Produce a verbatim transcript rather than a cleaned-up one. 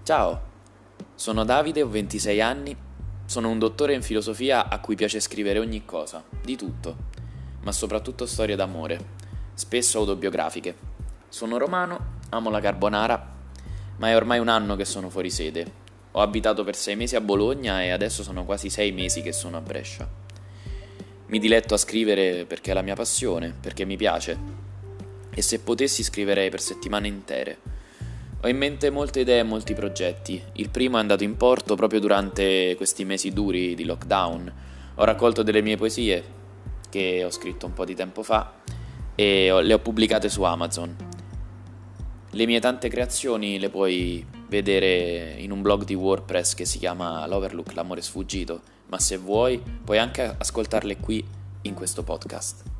Ciao, sono Davide, ho ventisei anni, sono un dottore in filosofia a cui piace scrivere ogni cosa, di tutto, ma soprattutto storie d'amore, spesso autobiografiche. Sono romano, amo la carbonara, ma è ormai un anno che sono fuori sede. Ho abitato per sei mesi a Bologna e adesso sono quasi sei mesi che sono a Brescia. Mi diletto a scrivere perché è la mia passione, perché mi piace, e se potessi scriverei per settimane intere. Ho in mente molte idee e molti progetti. Il primo è andato in porto proprio durante questi mesi duri di lockdown. Ho raccolto delle mie poesie, che ho scritto un po' di tempo fa, e ho- le ho pubblicate su Amazon. Le mie tante creazioni le puoi vedere in un blog di WordPress che si chiama L'Overlook, l'amore sfuggito, ma se vuoi puoi anche ascoltarle qui in questo podcast.